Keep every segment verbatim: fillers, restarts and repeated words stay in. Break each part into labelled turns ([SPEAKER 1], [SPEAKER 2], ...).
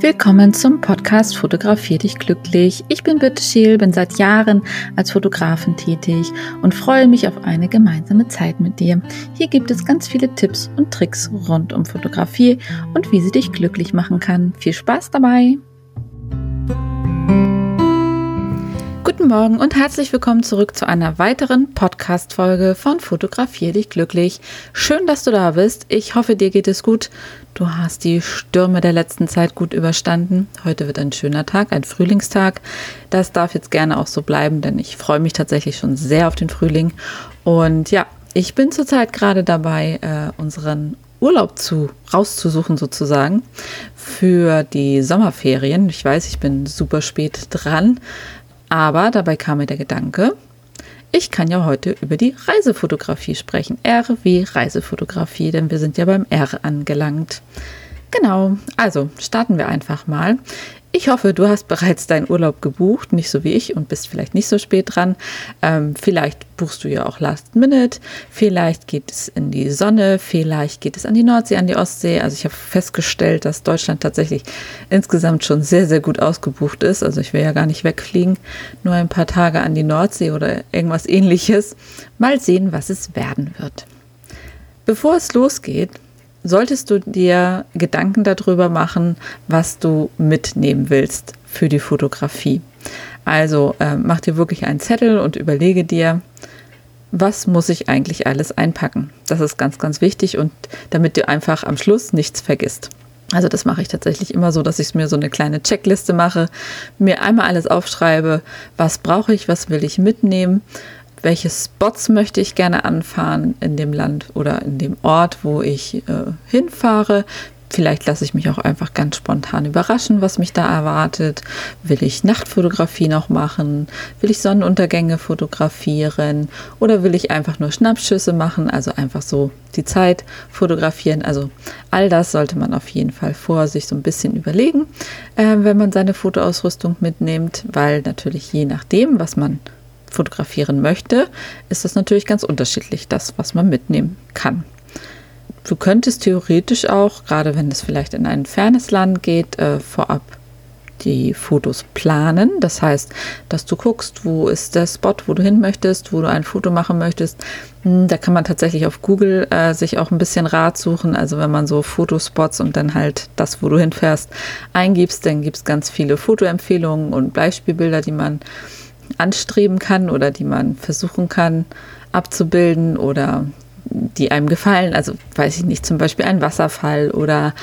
[SPEAKER 1] Willkommen zum Podcast Fotografier dich glücklich. Ich bin Birte Scheel, bin seit Jahren als Fotografin tätig und freue mich auf eine gemeinsame Zeit mit dir. Hier gibt es ganz viele Tipps und Tricks rund um Fotografie und wie sie dich glücklich machen kann. Viel Spaß dabei! Guten Morgen und herzlich willkommen zurück zu einer weiteren Podcast-Folge von Fotografier dich glücklich. Schön, dass du da bist. Ich hoffe, dir geht es gut. Du hast die Stürme der letzten Zeit gut überstanden. Heute wird ein schöner Tag, ein Frühlingstag. Das darf jetzt gerne auch so bleiben, denn ich freue mich tatsächlich schon sehr auf den Frühling. Und ja, ich bin zurzeit gerade dabei, äh, unseren Urlaub zu, rauszusuchen sozusagen für die Sommerferien. Ich weiß, ich bin super spät dran. Aber dabei kam mir der Gedanke, ich kann ja heute über die Reisefotografie sprechen. R wie Reisefotografie, denn wir sind ja beim R angelangt. Genau, also starten wir einfach mal. Ich hoffe, du hast bereits deinen Urlaub gebucht, nicht so wie ich und bist vielleicht nicht so spät dran. Ähm, vielleicht buchst du ja auch Last Minute, vielleicht geht es in die Sonne, vielleicht geht es an die Nordsee, an die Ostsee. Also ich habe festgestellt, dass Deutschland tatsächlich insgesamt schon sehr, sehr gut ausgebucht ist. Also ich will ja gar nicht wegfliegen, nur ein paar Tage an die Nordsee oder irgendwas Ähnliches. Mal sehen, was es werden wird. Bevor es losgeht, solltest du dir Gedanken darüber machen, was du mitnehmen willst für die Fotografie. Also äh, mach dir wirklich einen Zettel und überlege dir, was muss ich eigentlich alles einpacken. Das ist ganz, ganz wichtig und damit du einfach am Schluss nichts vergisst. Also das mache ich tatsächlich immer so, dass ich mir so eine kleine Checkliste mache, mir einmal alles aufschreibe, was brauche ich, was will ich mitnehmen, welche Spots möchte ich gerne anfahren in dem Land oder in dem Ort, wo ich äh, hinfahre. Vielleicht lasse ich mich auch einfach ganz spontan überraschen, was mich da erwartet. Will ich Nachtfotografie noch machen? Will ich Sonnenuntergänge fotografieren? Oder will ich einfach nur Schnappschüsse machen? Also einfach so die Zeit fotografieren. Also all das sollte man auf jeden Fall vor sich so ein bisschen überlegen, äh, wenn man seine Fotoausrüstung mitnimmt, weil natürlich je nachdem, was man fotografieren möchte, ist das natürlich ganz unterschiedlich, das, was man mitnehmen kann. Du könntest theoretisch auch, gerade wenn es vielleicht in ein fernes Land geht, äh, vorab die Fotos planen. Das heißt, dass du guckst, wo ist der Spot, wo du hin möchtest, wo du ein Foto machen möchtest. Da kann man tatsächlich auf Google äh, sich auch ein bisschen Rat suchen. Also wenn man so Fotospots und dann halt das, wo du hinfährst, eingibst, dann gibt es ganz viele Fotoempfehlungen und Beispielbilder, die man anstreben kann oder die man versuchen kann abzubilden oder die einem gefallen. Also weiß ich nicht, zum Beispiel ein Wasserfall oder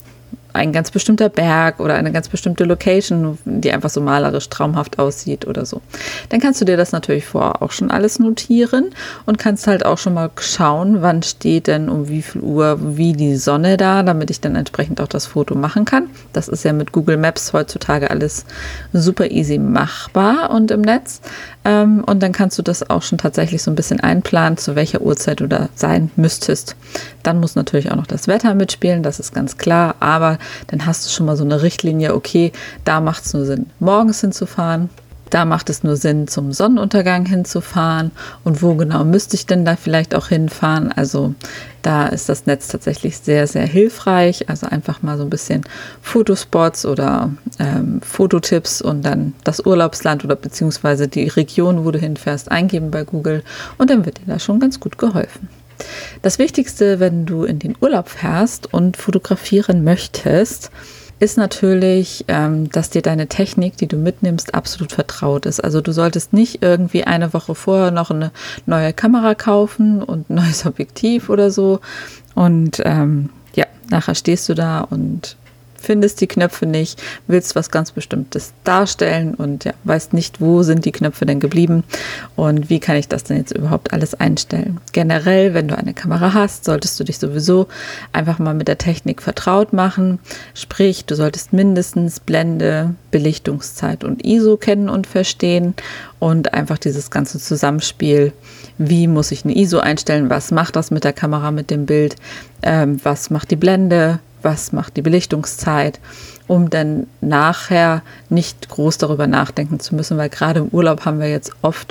[SPEAKER 1] ein ganz bestimmter Berg oder eine ganz bestimmte Location, die einfach so malerisch traumhaft aussieht oder so. Dann kannst du dir das natürlich vorher auch schon alles notieren und kannst halt auch schon mal schauen, wann steht denn um wie viel Uhr wie die Sonne da, damit ich dann entsprechend auch das Foto machen kann. Das ist ja mit Google Maps heutzutage alles super easy machbar und im Netz. Und dann kannst du das auch schon tatsächlich so ein bisschen einplanen, zu welcher Uhrzeit du da sein müsstest. Dann muss natürlich auch noch das Wetter mitspielen, das ist ganz klar, aber dann hast du schon mal so eine Richtlinie, okay, da macht es nur Sinn, morgens hinzufahren, da macht es nur Sinn, zum Sonnenuntergang hinzufahren und wo genau müsste ich denn da vielleicht auch hinfahren? Also da ist das Netz tatsächlich sehr, sehr hilfreich, also einfach mal so ein bisschen Fotospots oder ähm, Fototipps und dann das Urlaubsland oder beziehungsweise die Region, wo du hinfährst, eingeben bei Google und dann wird dir da schon ganz gut geholfen. Das Wichtigste, wenn du in den Urlaub fährst und fotografieren möchtest, ist natürlich, ähm, dass dir deine Technik, die du mitnimmst, absolut vertraut ist. Also du solltest nicht irgendwie eine Woche vorher noch eine neue Kamera kaufen und ein neues Objektiv oder so. Und ähm, ja, nachher stehst du da und findest die Knöpfe nicht, willst was ganz Bestimmtes darstellen und ja, weißt nicht, wo sind die Knöpfe denn geblieben und wie kann ich das denn jetzt überhaupt alles einstellen. Generell, wenn du eine Kamera hast, solltest du dich sowieso einfach mal mit der Technik vertraut machen, sprich, du solltest mindestens Blende, Belichtungszeit und I S O kennen und verstehen und einfach dieses ganze Zusammenspiel, wie muss ich eine I S O einstellen, was macht das mit der Kamera, mit dem Bild, ähm, was macht die Blende, was macht die Belichtungszeit, um dann nachher nicht groß darüber nachdenken zu müssen, weil gerade im Urlaub haben wir jetzt oft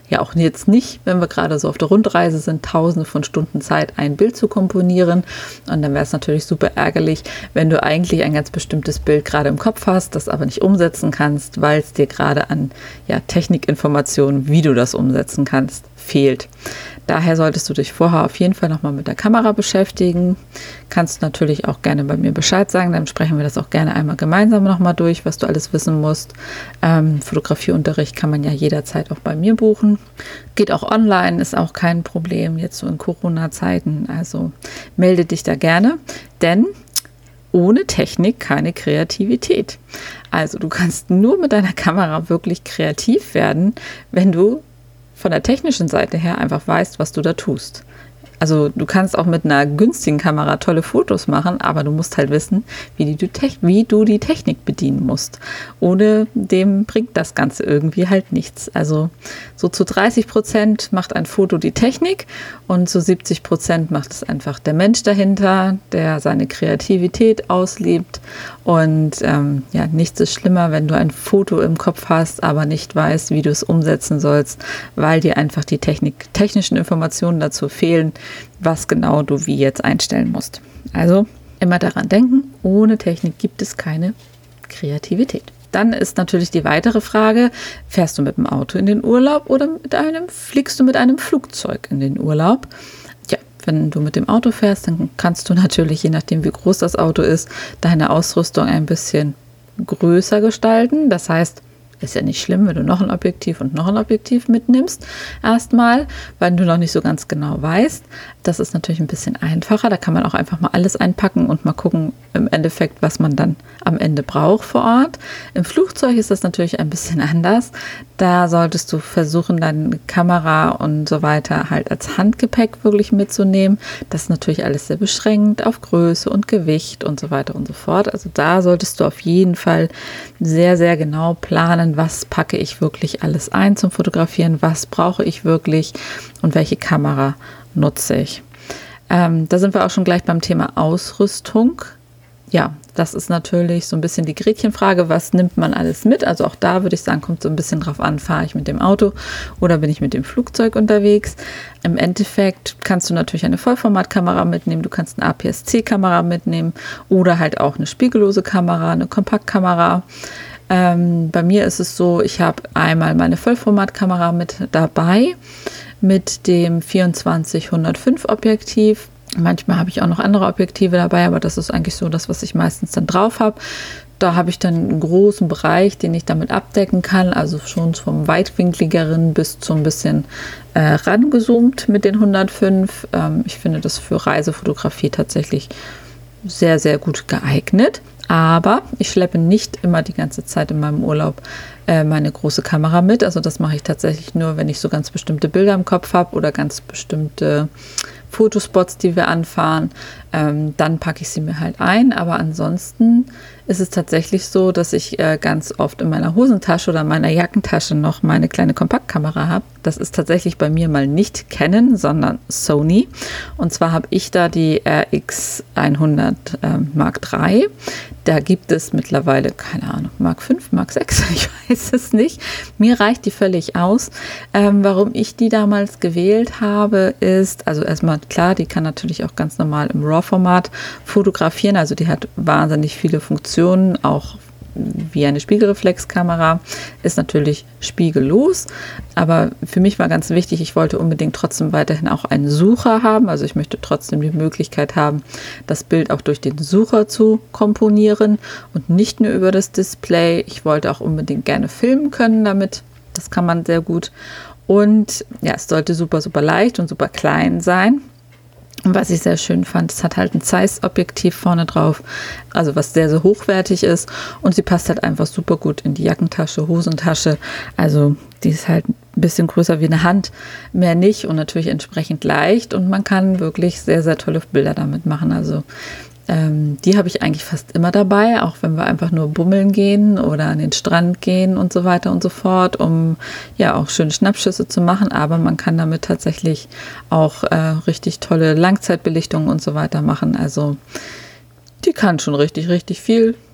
[SPEAKER 1] ja auch jetzt nicht, wenn wir gerade so auf der Rundreise sind, tausende von Stunden Zeit, ein Bild zu komponieren. Und dann wäre es natürlich super ärgerlich, wenn du eigentlich ein ganz bestimmtes Bild gerade im Kopf hast, das aber nicht umsetzen kannst, weil es dir gerade an ja, Technikinformationen, wie du das umsetzen kannst, fehlt. Daher solltest du dich vorher auf jeden Fall nochmal mit der Kamera beschäftigen. Kannst du natürlich auch gerne bei mir Bescheid sagen, dann sprechen wir das auch gerne einmal gemeinsam nochmal durch, was du alles wissen musst. Ähm, Fotografieunterricht kann man ja jederzeit auch bei mir buchen. Geht auch online, ist auch kein Problem, jetzt so in Corona-Zeiten. Also melde dich da gerne, denn ohne Technik keine Kreativität. Also du kannst nur mit deiner Kamera wirklich kreativ werden, wenn du von der technischen Seite her einfach weißt, was du da tust. Also du kannst auch mit einer günstigen Kamera tolle Fotos machen, aber du musst halt wissen, wie, die, wie du die Technik bedienen musst. Ohne dem bringt das Ganze irgendwie halt nichts. Also so zu dreißig Prozent macht ein Foto die Technik und zu siebzig Prozent macht es einfach der Mensch dahinter, der seine Kreativität auslebt. Und ähm, ja, nichts ist schlimmer, wenn du ein Foto im Kopf hast, aber nicht weißt, wie du es umsetzen sollst, weil dir einfach die Technik, technischen Informationen dazu fehlen, was genau du wie jetzt einstellen musst. Also immer daran denken, ohne Technik gibt es keine Kreativität. Dann ist natürlich die weitere Frage, fährst du mit dem Auto in den Urlaub oder mit einem, fliegst du mit einem Flugzeug in den Urlaub? Ja, wenn du mit dem Auto fährst, dann kannst du natürlich, je nachdem wie groß das Auto ist, deine Ausrüstung ein bisschen größer gestalten. Das heißt, ist ja nicht schlimm, wenn du noch ein Objektiv und noch ein Objektiv mitnimmst, erstmal, weil du noch nicht so ganz genau weißt. Das ist natürlich ein bisschen einfacher. Da kann man auch einfach mal alles einpacken und mal gucken im Endeffekt, was man dann am Ende braucht vor Ort. Im Flugzeug ist das natürlich ein bisschen anders. Da solltest du versuchen, deine Kamera und so weiter halt als Handgepäck wirklich mitzunehmen. Das ist natürlich alles sehr beschränkt auf Größe und Gewicht und so weiter und so fort. Also da solltest du auf jeden Fall sehr, sehr genau planen, was packe ich wirklich alles ein zum Fotografieren, was brauche ich wirklich und welche Kamera nutze ich. Ähm, da sind wir auch schon gleich beim Thema Ausrüstung. Ja, das ist natürlich so ein bisschen die Gretchenfrage, was nimmt man alles mit? Also auch da würde ich sagen, kommt so ein bisschen drauf an, fahre ich mit dem Auto oder bin ich mit dem Flugzeug unterwegs? Im Endeffekt kannst du natürlich eine Vollformatkamera mitnehmen, du kannst eine A P S C-Kamera mitnehmen oder halt auch eine spiegellose Kamera, eine Kompaktkamera. Ähm, bei mir ist es so, ich habe einmal meine Vollformatkamera mit dabei, mit dem vierundzwanzig hundertfünf Objektiv. Manchmal habe ich auch noch andere Objektive dabei, aber das ist eigentlich so das, was ich meistens dann drauf habe. Da habe ich dann einen großen Bereich, den ich damit abdecken kann, also schon vom weitwinkligeren bis zu ein bisschen äh, rangezoomt mit den hundertfünf. Ähm, ich finde das für Reisefotografie tatsächlich sehr, sehr gut geeignet. Aber ich schleppe nicht immer die ganze Zeit in meinem Urlaub äh, meine große Kamera mit. Also das mache ich tatsächlich nur, wenn ich so ganz bestimmte Bilder im Kopf habe oder ganz bestimmte Fotospots, die wir anfahren. Ähm, dann packe ich sie mir halt ein. Aber ansonsten ist es tatsächlich so, dass ich äh, ganz oft in meiner Hosentasche oder meiner Jackentasche noch meine kleine Kompaktkamera habe. Das ist tatsächlich bei mir mal nicht Canon, sondern Sony. Und zwar habe ich da die R X hundert äh, Mark drei. Da gibt es mittlerweile, keine Ahnung, Mark fünf, Mark sechs, ich weiß es nicht. Mir reicht die völlig aus. Ähm, warum ich die damals gewählt habe, ist, also erstmal klar, die kann natürlich auch ganz normal im RAW-Format fotografieren. Also die hat wahnsinnig viele Funktionen, auch wie eine Spiegelreflexkamera, ist natürlich spiegellos, aber für mich war ganz wichtig, ich wollte unbedingt trotzdem weiterhin auch einen Sucher haben, also ich möchte trotzdem die Möglichkeit haben, das Bild auch durch den Sucher zu komponieren und nicht nur über das Display. Ich wollte auch unbedingt gerne filmen können damit, das kann man sehr gut und ja, es sollte super, super leicht und super klein sein. Und was ich sehr schön fand, es hat halt ein Zeiss-Objektiv vorne drauf, also was sehr, sehr hochwertig ist und sie passt halt einfach super gut in die Jackentasche, Hosentasche, also die ist halt ein bisschen größer wie eine Hand, mehr nicht und natürlich entsprechend leicht und man kann wirklich sehr, sehr tolle Bilder damit machen, also ähm, die habe ich eigentlich fast immer dabei, auch wenn wir einfach nur bummeln gehen oder an den Strand gehen und so weiter und so fort, um ja auch schöne Schnappschüsse zu machen, aber man kann damit tatsächlich auch äh, richtig tolle Langzeitbelichtungen und so weiter machen, also die kann schon richtig, richtig viel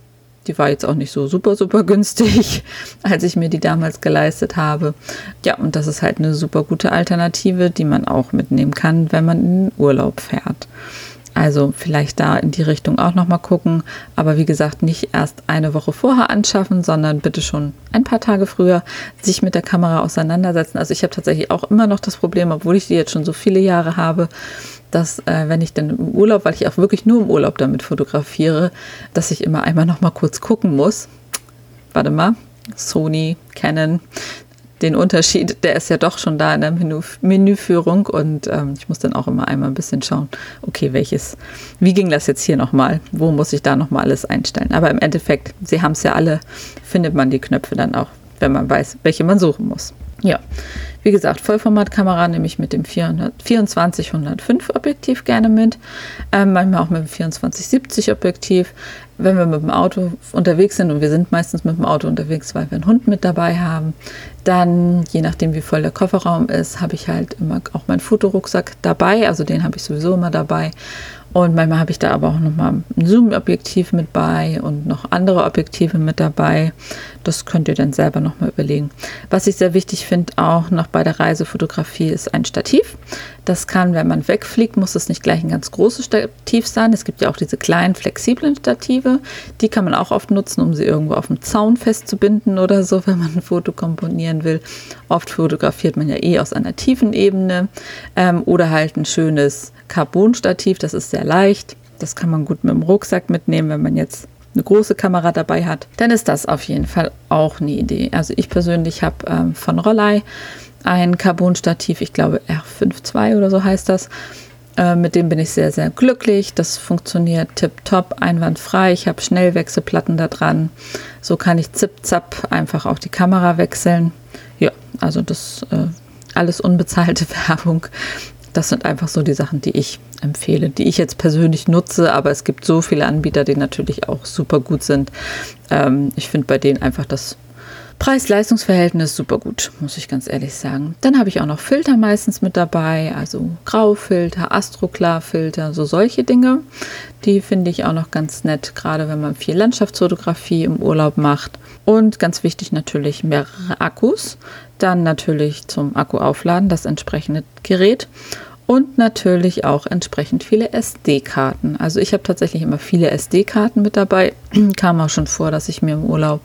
[SPEAKER 1] Die war jetzt auch nicht so super, super günstig, als ich mir die damals geleistet habe. Ja, und das ist halt eine super gute Alternative, die man auch mitnehmen kann, wenn man in den Urlaub fährt. Also vielleicht da in die Richtung auch nochmal gucken. Aber wie gesagt, nicht erst eine Woche vorher anschaffen, sondern bitte schon ein paar Tage früher sich mit der Kamera auseinandersetzen. Also ich habe tatsächlich auch immer noch das Problem, obwohl ich die jetzt schon so viele Jahre habe, dass äh, wenn ich dann im Urlaub, weil ich auch wirklich nur im Urlaub damit fotografiere, dass ich immer einmal nochmal kurz gucken muss. Warte mal, Sony, Canon. Den Unterschied, der ist ja doch schon da in der Menü, Menüführung und ähm, ich muss dann auch immer einmal ein bisschen schauen, okay, welches, wie ging das jetzt hier nochmal, wo muss ich da nochmal alles einstellen. Aber im Endeffekt, sie haben es ja alle, findet man die Knöpfe dann auch, wenn man weiß, welche man suchen muss. Ja, wie gesagt, Vollformatkamera nehme ich mit dem vierundzwanzig hundertfünf Objektiv gerne mit, ähm, manchmal auch mit dem vierundzwanzig siebzig Objektiv. Wenn wir mit dem Auto unterwegs sind, und wir sind meistens mit dem Auto unterwegs, weil wir einen Hund mit dabei haben, dann, je nachdem wie voll der Kofferraum ist, habe ich halt immer auch meinen Fotorucksack dabei, also den habe ich sowieso immer dabei. Und manchmal habe ich da aber auch nochmal ein Zoom-Objektiv mit bei und noch andere Objektive mit dabei. Das könnt ihr dann selber nochmal überlegen. Was ich sehr wichtig finde, auch noch bei der Reisefotografie, ist ein Stativ. Das kann, wenn man wegfliegt, muss es nicht gleich ein ganz großes Stativ sein. Es gibt ja auch diese kleinen, flexiblen Stative. Die kann man auch oft nutzen, um sie irgendwo auf dem Zaun festzubinden oder so, wenn man ein Foto komponieren will. Oft fotografiert man ja eh aus einer tiefen Ebene. Ähm, oder halt ein schönes Carbon-Stativ, das ist sehr leicht. Das kann man gut mit dem Rucksack mitnehmen, wenn man jetzt eine große Kamera dabei hat. Dann ist das auf jeden Fall auch eine Idee. Also ich persönlich habe ähm, von Rollei ein Carbon-Stativ, ich glaube R fünf Punkt zwei oder so heißt das. Äh, mit dem bin ich sehr, sehr glücklich. Das funktioniert tipptopp, einwandfrei. Ich habe Schnellwechselplatten da dran. So kann ich zip-zap einfach auch die Kamera wechseln. Ja, also das äh, alles unbezahlte Werbung. Das sind einfach so die Sachen, die ich empfehle, die ich jetzt persönlich nutze, aber es gibt so viele Anbieter, die natürlich auch super gut sind. Ähm, ich finde bei denen einfach das Preis-Leistungs-Verhältnis super gut, muss ich ganz ehrlich sagen. Dann habe ich auch noch Filter meistens mit dabei, also Graufilter, Astroklar-Filter, so solche Dinge. Die finde ich auch noch ganz nett, gerade wenn man viel Landschaftsfotografie im Urlaub macht. Und ganz wichtig natürlich mehrere Akkus. Dann natürlich zum Akku aufladen das entsprechende Gerät. Und natürlich auch entsprechend viele S D-Karten. Also ich habe tatsächlich immer viele S D-Karten mit dabei. Kam auch schon vor, dass ich mir im Urlaub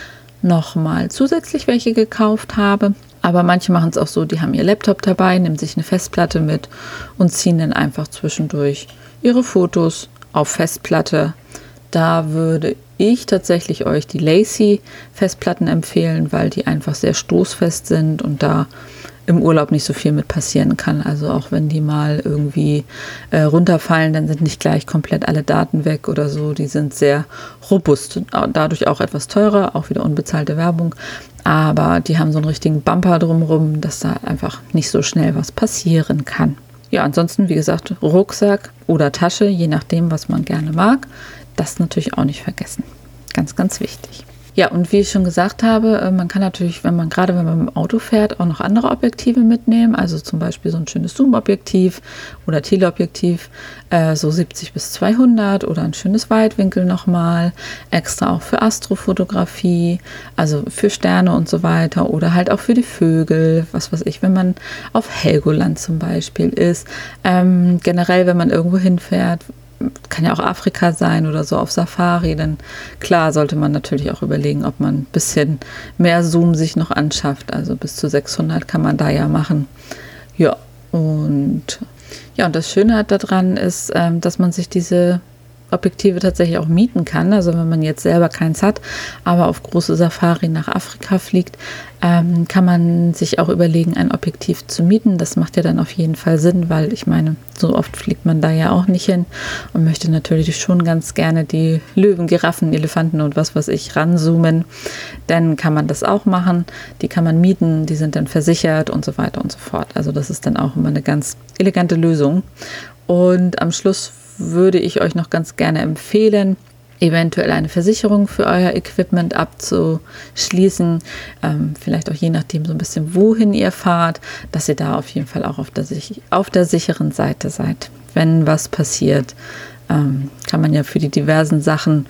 [SPEAKER 1] nochmal zusätzlich welche gekauft habe. Aber manche machen es auch so, die haben ihr Laptop dabei, nehmen sich eine Festplatte mit und ziehen dann einfach zwischendurch ihre Fotos auf Festplatte. Da würde ich tatsächlich euch die Lacy-Festplatten empfehlen, weil die einfach sehr stoßfest sind und da im Urlaub nicht so viel mit passieren kann. Also auch wenn die mal irgendwie äh, runterfallen, dann sind nicht gleich komplett alle Daten weg oder so. Die sind sehr robust, dadurch auch etwas teurer, auch wieder unbezahlte Werbung. Aber die haben so einen richtigen Bumper drumherum, dass da einfach nicht so schnell was passieren kann. Ja, ansonsten, wie gesagt, Rucksack oder Tasche, je nachdem, was man gerne mag. Das natürlich auch nicht vergessen. Ganz, ganz wichtig. Ja, und wie ich schon gesagt habe, man kann natürlich, wenn man gerade wenn man mit dem Auto fährt, auch noch andere Objektive mitnehmen. Also zum Beispiel so ein schönes Zoom-Objektiv oder Teleobjektiv, äh, so siebzig bis zweihundert oder ein schönes Weitwinkel nochmal, extra auch für Astrofotografie, also für Sterne und so weiter oder halt auch für die Vögel, was weiß ich, wenn man auf Helgoland zum Beispiel ist. Ähm, generell, wenn man irgendwo hinfährt, kann ja auch Afrika sein oder so auf Safari, dann klar sollte man natürlich auch überlegen, ob man ein bisschen mehr Zoom sich noch anschafft, also bis zu sechshundert kann man da ja machen. Ja, und ja, und das Schöne halt daran ist, ähm, dass man sich diese Objektive tatsächlich auch mieten kann, also wenn man jetzt selber keins hat, aber auf große Safari nach Afrika fliegt, ähm, kann man sich auch überlegen, ein Objektiv zu mieten. Das macht ja dann auf jeden Fall Sinn, weil ich meine, so oft fliegt man da ja auch nicht hin und möchte natürlich schon ganz gerne die Löwen, Giraffen, Elefanten und was weiß ich ranzoomen. Dann kann man das auch machen. Die kann man mieten, die sind dann versichert und so weiter und so fort. Also das ist dann auch immer eine ganz elegante Lösung. Und am Schluss würde ich euch noch ganz gerne empfehlen, eventuell eine Versicherung für euer Equipment abzuschließen. Ähm, vielleicht auch je nachdem so ein bisschen, wohin ihr fahrt, dass ihr da auf jeden Fall auch auf der, auf der sicheren Seite seid. Wenn was passiert, ähm, kann man ja für die diversen Sachen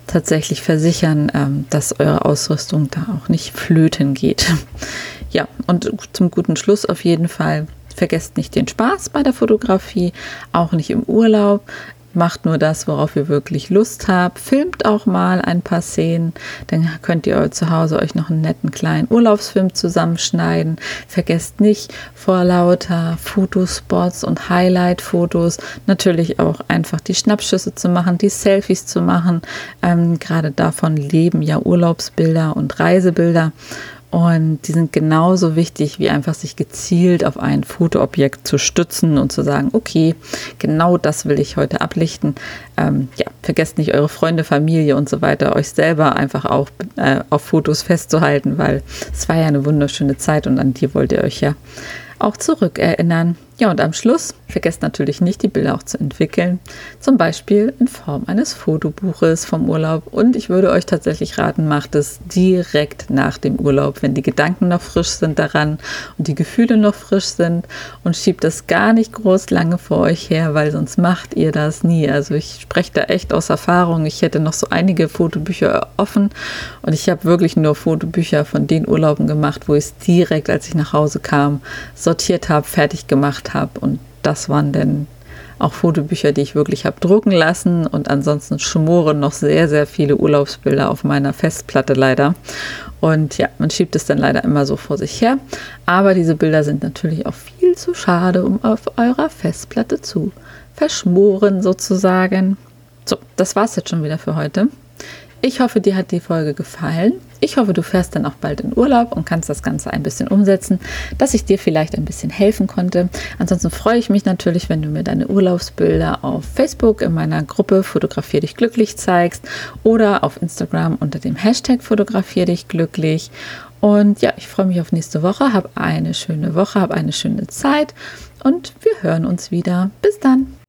[SPEAKER 1] tatsächlich versichern, ähm, dass eure Ausrüstung da auch nicht flöten geht. Ja, und zum guten Schluss auf jeden Fall, vergesst nicht den Spaß bei der Fotografie, auch nicht im Urlaub. Macht nur das, worauf ihr wirklich Lust habt. Filmt auch mal ein paar Szenen. Dann könnt ihr zu Hause euch noch einen netten kleinen Urlaubsfilm zusammenschneiden. Vergesst nicht, vor lauter Fotospots und Highlight-Fotos natürlich auch einfach die Schnappschüsse zu machen, die Selfies zu machen. Ähm, gerade davon leben ja Urlaubsbilder und Reisebilder. Und die sind genauso wichtig, wie einfach sich gezielt auf ein Fotoobjekt zu stützen und zu sagen, okay, genau das will ich heute ablichten. Ähm, ja, vergesst nicht eure Freunde, Familie und so weiter, euch selber einfach auch äh, auf Fotos festzuhalten, weil es war ja eine wunderschöne Zeit und an die wollt ihr euch ja auch zurückerinnern. Ja, und am Schluss vergesst natürlich nicht, die Bilder auch zu entwickeln, zum Beispiel in Form eines Fotobuches vom Urlaub. Und ich würde euch tatsächlich raten, macht es direkt nach dem Urlaub, wenn die Gedanken noch frisch sind daran und die Gefühle noch frisch sind, und schiebt das gar nicht groß lange vor euch her, weil sonst macht ihr das nie. Also ich spreche da echt aus Erfahrung. Ich hätte noch so einige Fotobücher offen und ich habe wirklich nur Fotobücher von den Urlauben gemacht, wo ich es direkt, als ich nach Hause kam, sortiert habe, fertig gemacht habe, und das waren dann auch Fotobücher, die ich wirklich habe drucken lassen, und ansonsten schmoren noch sehr, sehr viele Urlaubsbilder auf meiner Festplatte leider. Und ja, man schiebt es dann leider immer so vor sich her, aber diese Bilder sind natürlich auch viel zu schade, um auf eurer Festplatte zu verschmoren sozusagen. So, das war's jetzt schon wieder für heute. Ich hoffe, dir hat die Folge gefallen. Ich hoffe, du fährst dann auch bald in Urlaub und kannst das Ganze ein bisschen umsetzen, dass ich dir vielleicht ein bisschen helfen konnte. Ansonsten freue ich mich natürlich, wenn du mir deine Urlaubsbilder auf Facebook in meiner Gruppe Fotografier dich glücklich zeigst oder auf Instagram unter dem Hashtag Fotografier dich glücklich. Und ja, ich freue mich auf nächste Woche. Hab eine schöne Woche, hab eine schöne Zeit und wir hören uns wieder. Bis dann!